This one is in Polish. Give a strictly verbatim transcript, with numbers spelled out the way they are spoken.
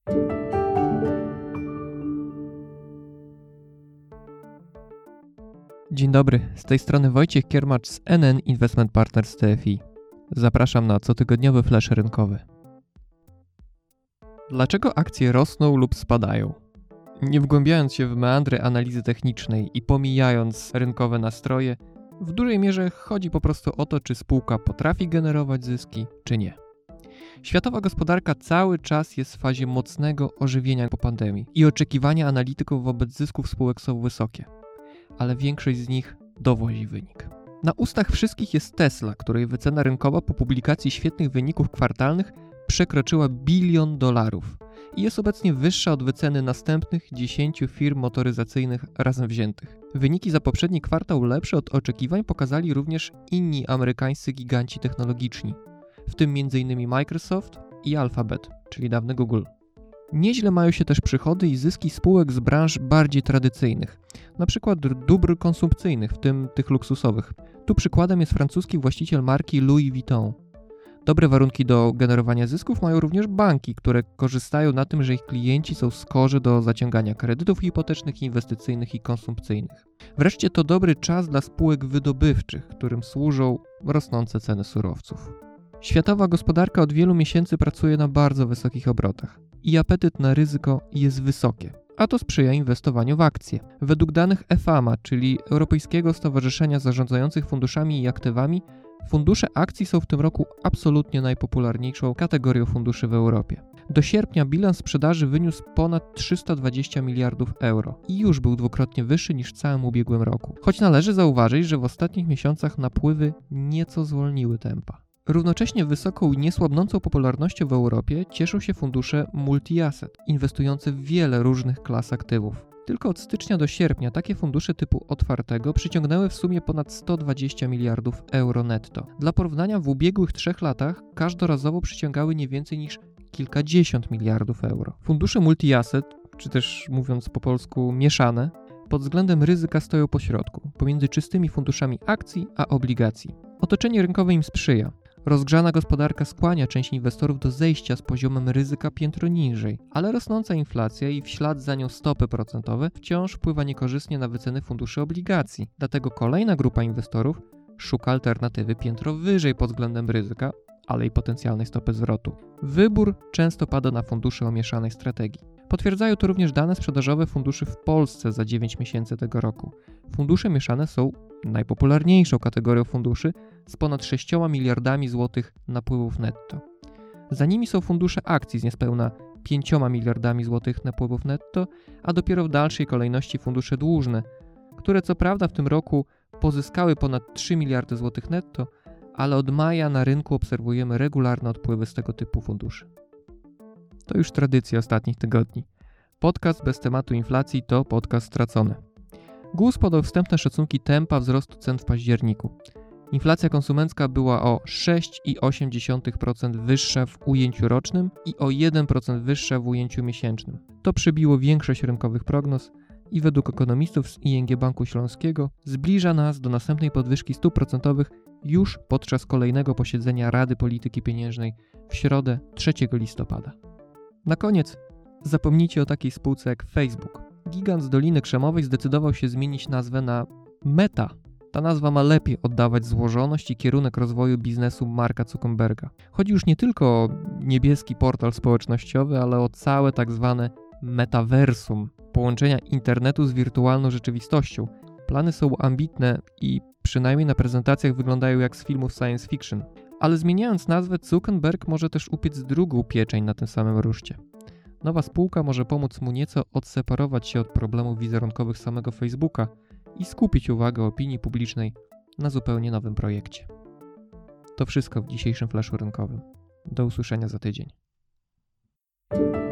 Dzień dobry, z tej strony Wojciech Kiermacz z N N Investment Partners T F I. Zapraszam na cotygodniowy flash rynkowy. Dlaczego akcje rosną lub spadają? Nie wgłębiając się w meandry analizy technicznej i pomijając rynkowe nastroje, w dużej mierze chodzi po prostu o to, czy spółka potrafi generować zyski, czy nie. Światowa gospodarka cały czas jest w fazie mocnego ożywienia po pandemii i oczekiwania analityków wobec zysków spółek są wysokie, ale większość z nich dowozi wynik. Na ustach wszystkich jest Tesla, której wycena rynkowa po publikacji świetnych wyników kwartalnych przekroczyła bilion dolarów i jest obecnie wyższa od wyceny następnych dziesięciu firm motoryzacyjnych razem wziętych. Wyniki za poprzedni kwartał lepsze od oczekiwań pokazali również inni amerykańscy giganci technologiczni, w tym m.in. Microsoft i Alphabet, czyli dawny Google. Nieźle mają się też przychody i zyski spółek z branż bardziej tradycyjnych, np. dóbr konsumpcyjnych, w tym tych luksusowych. Tu przykładem jest francuski właściciel marki Louis Vuitton. Dobre warunki do generowania zysków mają również banki, które korzystają na tym, że ich klienci są skorzy do zaciągania kredytów hipotecznych, inwestycyjnych i konsumpcyjnych. Wreszcie to dobry czas dla spółek wydobywczych, którym służą rosnące ceny surowców. Światowa gospodarka od wielu miesięcy pracuje na bardzo wysokich obrotach i apetyt na ryzyko jest wysokie, a to sprzyja inwestowaniu w akcje. Według danych E F A M A, czyli Europejskiego Stowarzyszenia Zarządzających Funduszami i Aktywami, fundusze akcji są w tym roku absolutnie najpopularniejszą kategorią funduszy w Europie. Do sierpnia bilans sprzedaży wyniósł ponad trzysta dwadzieścia miliardów euro i już był dwukrotnie wyższy niż w całym ubiegłym roku. Choć należy zauważyć, że w ostatnich miesiącach napływy nieco zwolniły tempa. Równocześnie wysoką i niesłabnącą popularnością w Europie cieszą się fundusze multi-asset, inwestujące w wiele różnych klas aktywów. Tylko od stycznia do sierpnia takie fundusze typu otwartego przyciągnęły w sumie ponad sto dwadzieścia miliardów euro netto. Dla porównania w ubiegłych trzech latach każdorazowo przyciągały nie więcej niż kilkadziesiąt miliardów euro. Fundusze multi-asset, czy też mówiąc po polsku mieszane, pod względem ryzyka stoją pośrodku, pomiędzy czystymi funduszami akcji a obligacji. Otoczenie rynkowe im sprzyja. Rozgrzana gospodarka skłania część inwestorów do zejścia z poziomem ryzyka piętro niżej, ale rosnąca inflacja i w ślad za nią stopy procentowe wciąż wpływa niekorzystnie na wyceny funduszy obligacji. Dlatego kolejna grupa inwestorów szuka alternatywy piętro wyżej pod względem ryzyka, ale i potencjalnej stopy zwrotu. Wybór często pada na fundusze o mieszanej strategii. Potwierdzają to również dane sprzedażowe funduszy w Polsce za dziewięć miesięcy tego roku. Fundusze mieszane są najpopularniejszą kategorią funduszy z ponad sześcioma miliardami złotych napływów netto. Za nimi są fundusze akcji z niespełna pięcioma miliardami złotych napływów netto, a dopiero w dalszej kolejności fundusze dłużne, które co prawda w tym roku pozyskały ponad trzy miliardy złotych netto, ale od maja na rynku obserwujemy regularne odpływy z tego typu funduszy. To już tradycja ostatnich tygodni. Podcast bez tematu inflacji to podcast stracony. G U S podał wstępne szacunki tempa wzrostu cen w październiku. Inflacja konsumencka była o sześć przecinek osiem procent wyższa w ujęciu rocznym i o jeden procent wyższa w ujęciu miesięcznym. To przebiło większość rynkowych prognoz i według ekonomistów z I N G Banku Śląskiego zbliża nas do następnej podwyżki stóp procentowych już podczas kolejnego posiedzenia Rady Polityki Pieniężnej w środę trzeciego listopada. Na koniec zapomnijcie o takiej spółce jak Facebook. Gigant z Doliny Krzemowej zdecydował się zmienić nazwę na Meta. Ta nazwa ma lepiej oddawać złożoność i kierunek rozwoju biznesu Marka Zuckerberga. Chodzi już nie tylko o niebieski portal społecznościowy, ale o całe tak zwane metaversum, połączenia internetu z wirtualną rzeczywistością. Plany są ambitne i przynajmniej na prezentacjach wyglądają jak z filmów science fiction. Ale zmieniając nazwę, Zuckerberg może też upiec drugą pieczeń na tym samym ruszcie. Nowa spółka może pomóc mu nieco odseparować się od problemów wizerunkowych samego Facebooka i skupić uwagę opinii publicznej na zupełnie nowym projekcie. To wszystko w dzisiejszym flashu rynkowym. Do usłyszenia za tydzień.